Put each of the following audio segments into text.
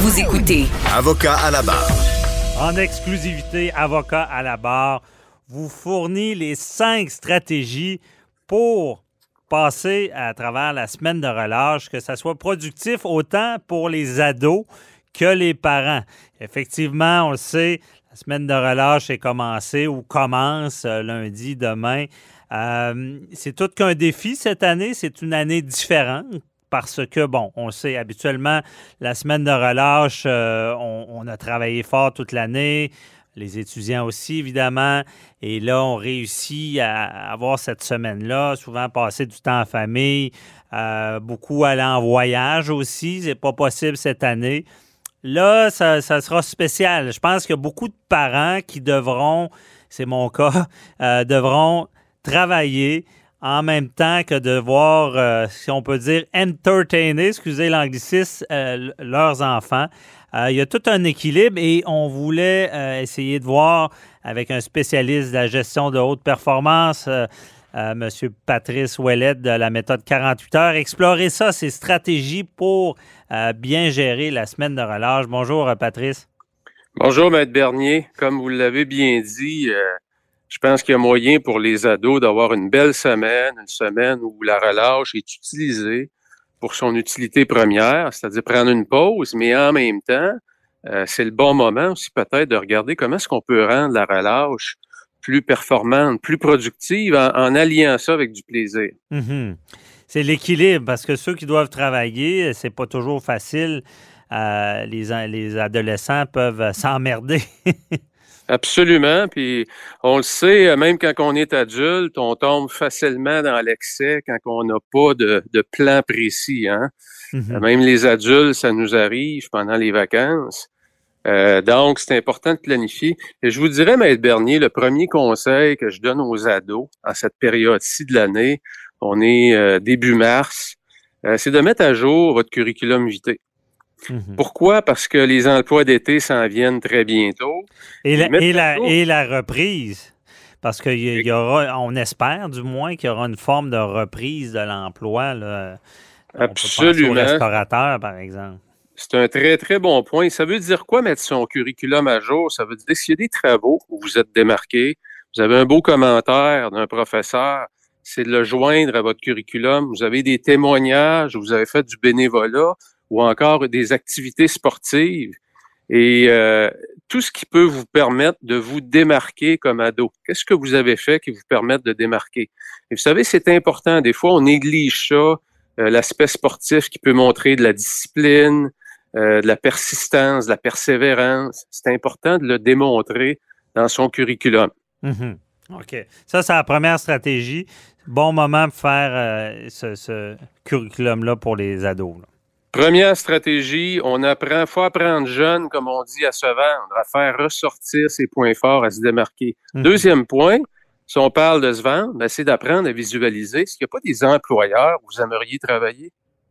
Vous écoutez Avocat à la barre. En exclusivité, Avocat à la barre vous fournit les 5 stratégies pour passer à travers la semaine de relâche, que ça soit productif autant pour les ados que les parents. Effectivement, on le sait, la semaine de relâche est commencée ou commence lundi, demain. C'est tout qu'un défi cette année. C'est une année différente parce que, bon, on sait, habituellement, la semaine de relâche, on a travaillé fort toute l'année. Les étudiants aussi, évidemment. Et là, on réussit à avoir cette semaine-là, souvent passer du temps en famille, beaucoup aller en voyage aussi. C'est pas possible cette année. Là, ça sera spécial. Je pense qu'il y a beaucoup de parents qui devront, c'est mon cas, devront travailler en même temps que devoir, si on peut dire, entertainer, excusez l'anglicisme, leurs enfants. Il y a tout un équilibre et on voulait essayer de voir avec un spécialiste de la gestion de haute performance, M. Patrice Ouellette de la méthode 48 heures, explorer ça, ces stratégies pour bien gérer la semaine de relâche. Bonjour, Patrice. Bonjour, Maître Bernier. Comme vous l'avez bien dit, je pense qu'il y a moyen pour les ados d'avoir une belle semaine, une semaine où la relâche est utilisée pour son utilité première, c'est-à-dire prendre une pause, mais en même temps, c'est le bon moment aussi peut-être de regarder comment est-ce qu'on peut rendre la relâche plus performante, plus productive en alliant ça avec du plaisir. Mm-hmm. C'est l'équilibre parce que ceux qui doivent travailler, c'est pas toujours facile. Les adolescents peuvent s'emmerder. Absolument, puis on le sait, même quand on est adulte, on tombe facilement dans l'excès quand on n'a pas de plan précis. Hein? Mm-hmm. Même les adultes, ça nous arrive pendant les vacances. Donc, c'est important de planifier. Et je vous dirais, Maître Bernier, le premier conseil que je donne aux ados en cette période-ci de l'année, on est début mars, c'est de mettre à jour votre curriculum vitae. Mm-hmm. Pourquoi? Parce que les emplois d'été s'en viennent très bientôt. Et la reprise. Parce qu'il y aura, on espère du moins qu'il y aura une forme de reprise de l'emploi. Là. Absolument. On peut penser aux restaurateurs, par exemple. C'est un très, très bon point. Ça veut dire quoi, mettre son curriculum à jour? Ça veut dire s'il y a des travaux où vous êtes démarqué, vous avez un beau commentaire d'un professeur, c'est de le joindre à votre curriculum. Vous avez des témoignages, vous avez fait du bénévolat ou encore des activités sportives et tout ce qui peut vous permettre de vous démarquer comme ado. Qu'est-ce que vous avez fait qui vous permette de démarquer? Et vous savez, c'est important. Des fois, on néglige ça, l'aspect sportif qui peut montrer de la discipline, de la persistance, de la persévérance. C'est important de le démontrer dans son curriculum. Mm-hmm. OK. Ça, c'est la première stratégie. Bon moment pour faire ce curriculum-là pour les ados. Là. Première stratégie, faut apprendre jeune, comme on dit, à se vendre, à faire ressortir ses points forts, à se démarquer. Mm-hmm. Deuxième point, si on parle de se vendre, ben, c'est d'apprendre à visualiser. Est-ce qu'il n'y a pas des employeurs où vous aimeriez travailler?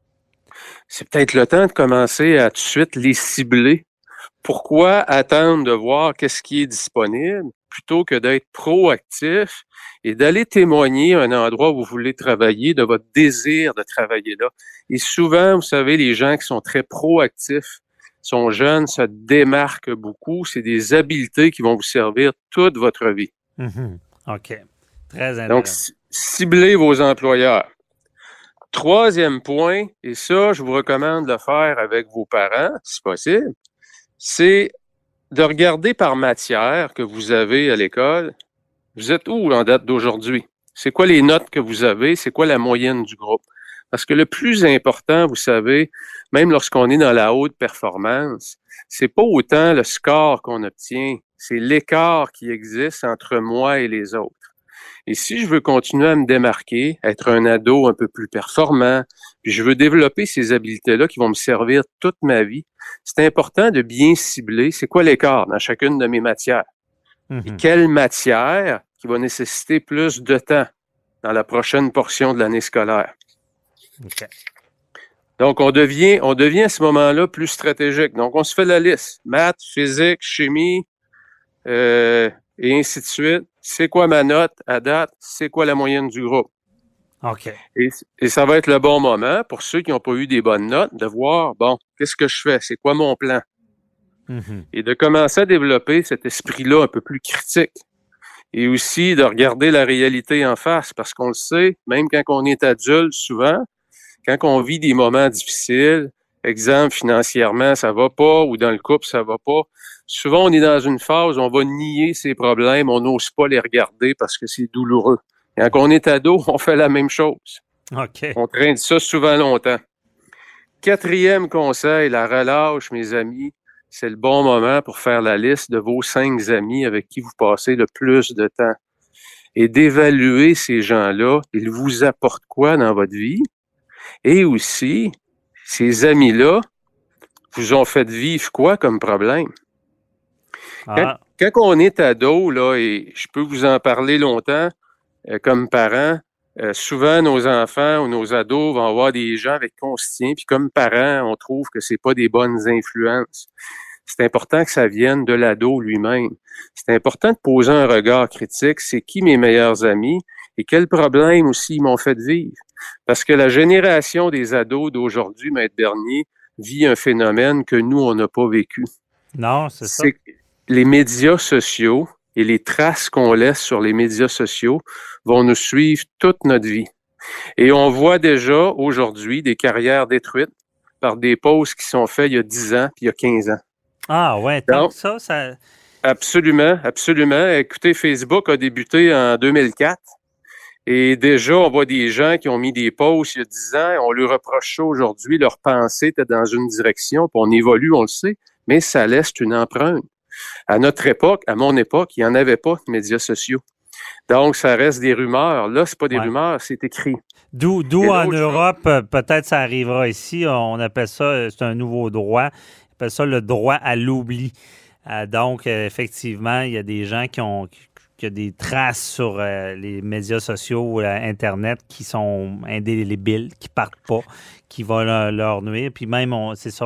C'est peut-être le temps de commencer à tout de suite les cibler. Pourquoi attendre de voir qu'est-ce qui est disponible plutôt que d'être proactif et d'aller témoigner à un endroit où vous voulez travailler, de votre désir de travailler là. Et souvent, vous savez, les gens qui sont très proactifs, sont jeunes, se démarquent beaucoup. C'est des habiletés qui vont vous servir toute votre vie. Mm-hmm. OK. Très intéressant. Donc, ciblez vos employeurs. Troisième point, et ça, je vous recommande de le faire avec vos parents, si possible, c'est de regarder par matière que vous avez à l'école. Vous êtes où en date d'aujourd'hui? C'est quoi les notes que vous avez? C'est quoi la moyenne du groupe? Parce que le plus important, vous savez, même lorsqu'on est dans la haute performance, c'est pas autant le score qu'on obtient, c'est l'écart qui existe entre moi et les autres. Et si je veux continuer à me démarquer, être un ado un peu plus performant, puis je veux développer ces habiletés-là qui vont me servir toute ma vie, c'est important de bien cibler c'est quoi l'écart dans chacune de mes matières. Mm-hmm. Et quelle matière qui va nécessiter plus de temps dans la prochaine portion de l'année scolaire. Okay. Donc, on devient à ce moment-là plus stratégique. Donc, on se fait la liste. Maths, physique, chimie, et ainsi de suite. C'est quoi ma note à date? C'est quoi la moyenne du groupe? OK. Et ça va être le bon moment pour ceux qui n'ont pas eu des bonnes notes de voir, bon, qu'est-ce que je fais? C'est quoi mon plan? Mhm. Et de commencer à développer cet esprit-là un peu plus critique. Et aussi de regarder la réalité en face, parce qu'on le sait, même quand on est adulte, souvent, quand on vit des moments difficiles, exemple, financièrement, ça va pas, ou dans le couple, ça va pas, souvent, on est dans une phase où on va nier ses problèmes, on n'ose pas les regarder parce que c'est douloureux. Quand on est ado, on fait la même chose. OK. On traîne ça souvent longtemps. Quatrième conseil, la relâche, mes amis, c'est le bon moment pour faire la liste de vos 5 amis avec qui vous passez le plus de temps et d'évaluer ces gens-là. Ils vous apportent quoi dans votre vie? Et aussi, ces amis-là vous ont fait vivre quoi comme problème? Quand, Ah, quand on est ado, là, et je peux vous en parler longtemps, comme parents, souvent nos enfants ou nos ados vont avoir des gens avec qui on se tient, puis comme parents, on trouve que c'est pas des bonnes influences. C'est important que ça vienne de l'ado lui-même. C'est important de poser un regard critique. C'est qui mes meilleurs amis et quels problèmes aussi ils m'ont fait vivre? Parce que la génération des ados d'aujourd'hui, Maître Bernier, vit un phénomène que nous, on n'a pas vécu. non, c'est ça. C'est que les médias sociaux et les traces qu'on laisse sur les médias sociaux vont nous suivre toute notre vie. Et on voit déjà aujourd'hui des carrières détruites par des posts qui sont faits il y a 10 ans puis il y a 15 ans. Ah, ouais, tant Donc, que ça... absolument, absolument. Écoutez, Facebook a débuté en 2004 et déjà, on voit des gens qui ont mis des posts il y a 10 ans et on leur reproche ça aujourd'hui. Leur pensée était dans une direction, puis on évolue, on le sait, mais ça laisse une empreinte. À notre époque, à mon époque, il n'y en avait pas de médias sociaux. Donc, ça reste des rumeurs. Là, c'est pas des Ouais. rumeurs, c'est écrit. D'où Et en l'autre chose, Europe, peut-être ça arrivera ici, on appelle ça, c'est un nouveau droit, on appelle ça le droit à l'oubli. Donc, effectivement, il y a des gens qui ont des traces sur les médias sociaux ou Internet qui sont indélébiles, qui partent pas, qui vont leur nuire. Puis même, c'est ça,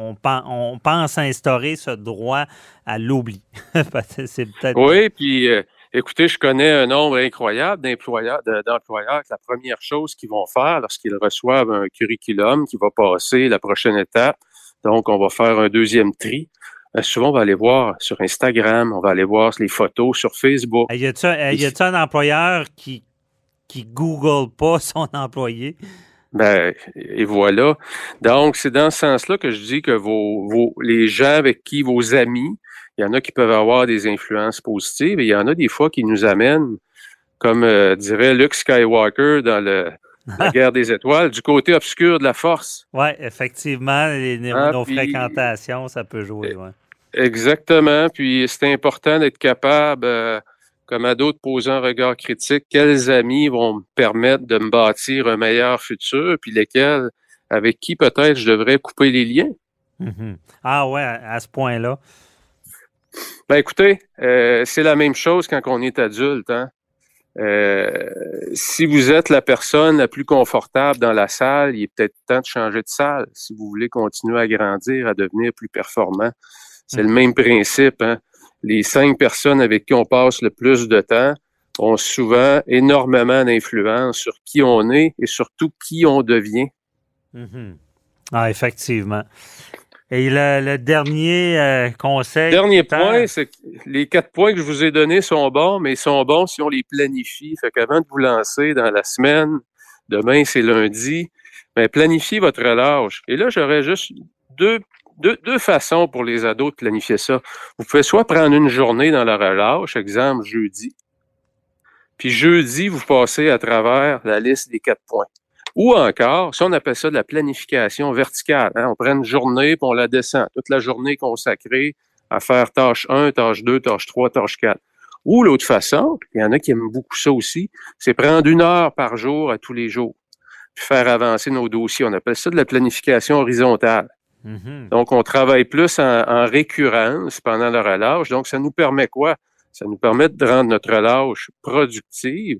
on pense instaurer ce droit à l'oubli. C'est peut-être... oui, puis écoutez, je connais un nombre incroyable d'employeurs que la première chose qu'ils vont faire lorsqu'ils reçoivent un curriculum qui va passer la prochaine étape, donc on va faire un deuxième tri. Souvent, on va aller voir sur Instagram, on va aller voir les photos sur Facebook. Y a-t-il un employeur qui Google pas son employé? Ben, et voilà. Donc, c'est dans ce sens-là que je dis que les gens avec qui vos amis, il y en a qui peuvent avoir des influences positives et il y en a des fois qui nous amènent, comme dirait Luke Skywalker dans la guerre des étoiles, du côté obscur de la force. Oui, effectivement, nos Puis, fréquentations, ça peut jouer. Ouais. exactement. Puis, c'est important d'être capable, comme ado, de poser un regard critique. Quels amis vont me permettre de me bâtir un meilleur futur, puis lesquels, avec qui peut-être je devrais couper les liens? Mm-hmm. Ah ouais, à ce point-là. Ben écoutez, c'est la même chose quand on est adulte. Hein? Si vous êtes la personne la plus confortable dans la salle, il est peut-être temps de changer de salle si vous voulez continuer à grandir, à devenir plus performant. C'est le même principe. Hein? Les 5 personnes avec qui on passe le plus de temps ont souvent énormément d'influence sur qui on est et surtout qui on devient. Mm-hmm. Ah, effectivement. Et le dernier conseil... Dernier point, c'est que les 4 points que je vous ai donnés sont bons, mais ils sont bons si on les planifie. Fait qu'avant de vous lancer dans la semaine, demain c'est lundi, ben planifiez votre relâche. Et là, j'aurais juste deux façons pour les ados de planifier ça. Vous pouvez soit prendre une journée dans la relâche, exemple jeudi, puis jeudi, vous passez à travers la liste des 4 points. Ou encore, si on appelle ça de la planification verticale, hein, on prend une journée puis on la descend. Toute la journée consacrée à faire tâche 1, tâche 2, tâche 3, tâche 4. Ou l'autre façon, il y en a qui aiment beaucoup ça aussi, c'est prendre 1 heure par jour à tous les jours, puis faire avancer nos dossiers. On appelle ça de la planification horizontale. Mm-hmm. Donc, on travaille plus en récurrence pendant la relâche. Donc, ça nous permet quoi? Ça nous permet de rendre notre relâche productive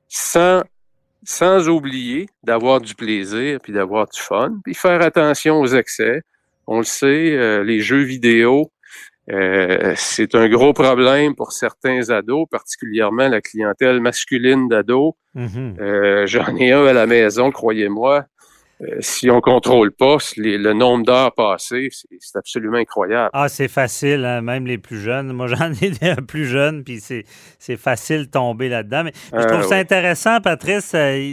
sans oublier d'avoir du plaisir puis d'avoir du fun, puis faire attention aux excès. On le sait, les jeux vidéo C'est un gros problème pour certains ados, particulièrement la clientèle masculine d'ados. J'en ai un à la maison, croyez-moi. Si on contrôle pas le nombre d'heures passées, c'est absolument incroyable. Ah, c'est facile, hein, même les plus jeunes. Moi, j'en ai des plus jeunes, puis c'est facile de tomber là-dedans. Mais je trouve ça intéressant, Patrice,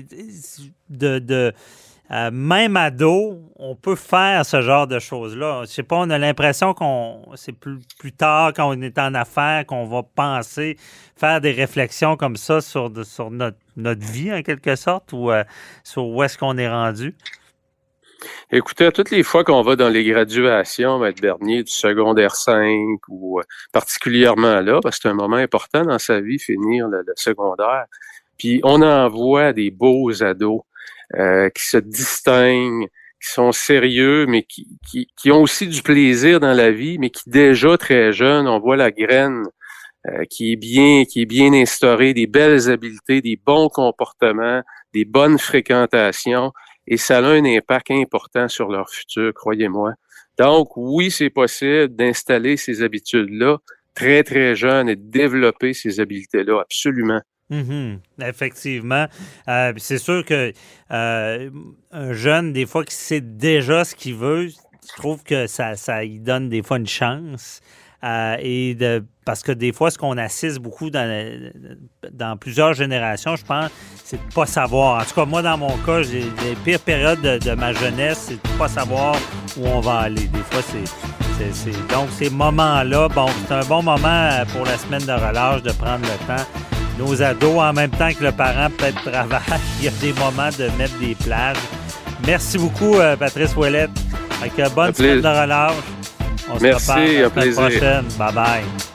même ado, on peut faire ce genre de choses-là. Je sais pas, on a l'impression c'est plus tard, quand on est en affaires, qu'on va penser, faire des réflexions comme ça sur notre vie, en quelque sorte, ou sur où est-ce qu'on est rendu. Écoutez, toutes les fois qu'on va dans les graduations, Maître Bernier, du secondaire 5, ou particulièrement là, parce que c'est un moment important dans sa vie, finir le secondaire, puis on en voit des beaux ados qui se distinguent, qui sont sérieux, mais qui ont aussi du plaisir dans la vie, mais qui déjà très jeunes, on voit la graine qui est bien instaurée, des belles habiletés, des bons comportements, des bonnes fréquentations, et ça a un impact important sur leur futur, croyez-moi. Donc, oui, c'est possible d'installer ces habitudes-là très, très jeunes et de développer ces habiletés-là, absolument. Effectivement. C'est sûr que un jeune, des fois, qui sait déjà ce qu'il veut, je trouve que ça lui donne des fois une chance. Parce que des fois, ce qu'on assiste beaucoup dans plusieurs générations, je pense, c'est de ne pas savoir. En tout cas, moi, dans mon cas, j'ai les pires périodes de ma jeunesse, c'est de ne pas savoir où on va aller. Des fois, donc, ces moments-là, bon, c'est un bon moment pour la semaine de relâche de prendre le temps. Nos ados, en même temps que le parent peut-être travaille, il y a des moments de mettre des plages. Merci beaucoup, Patrice Ouellette. Avec bonne semaine de relâche. On se reparle la semaine prochaine. Bye-bye.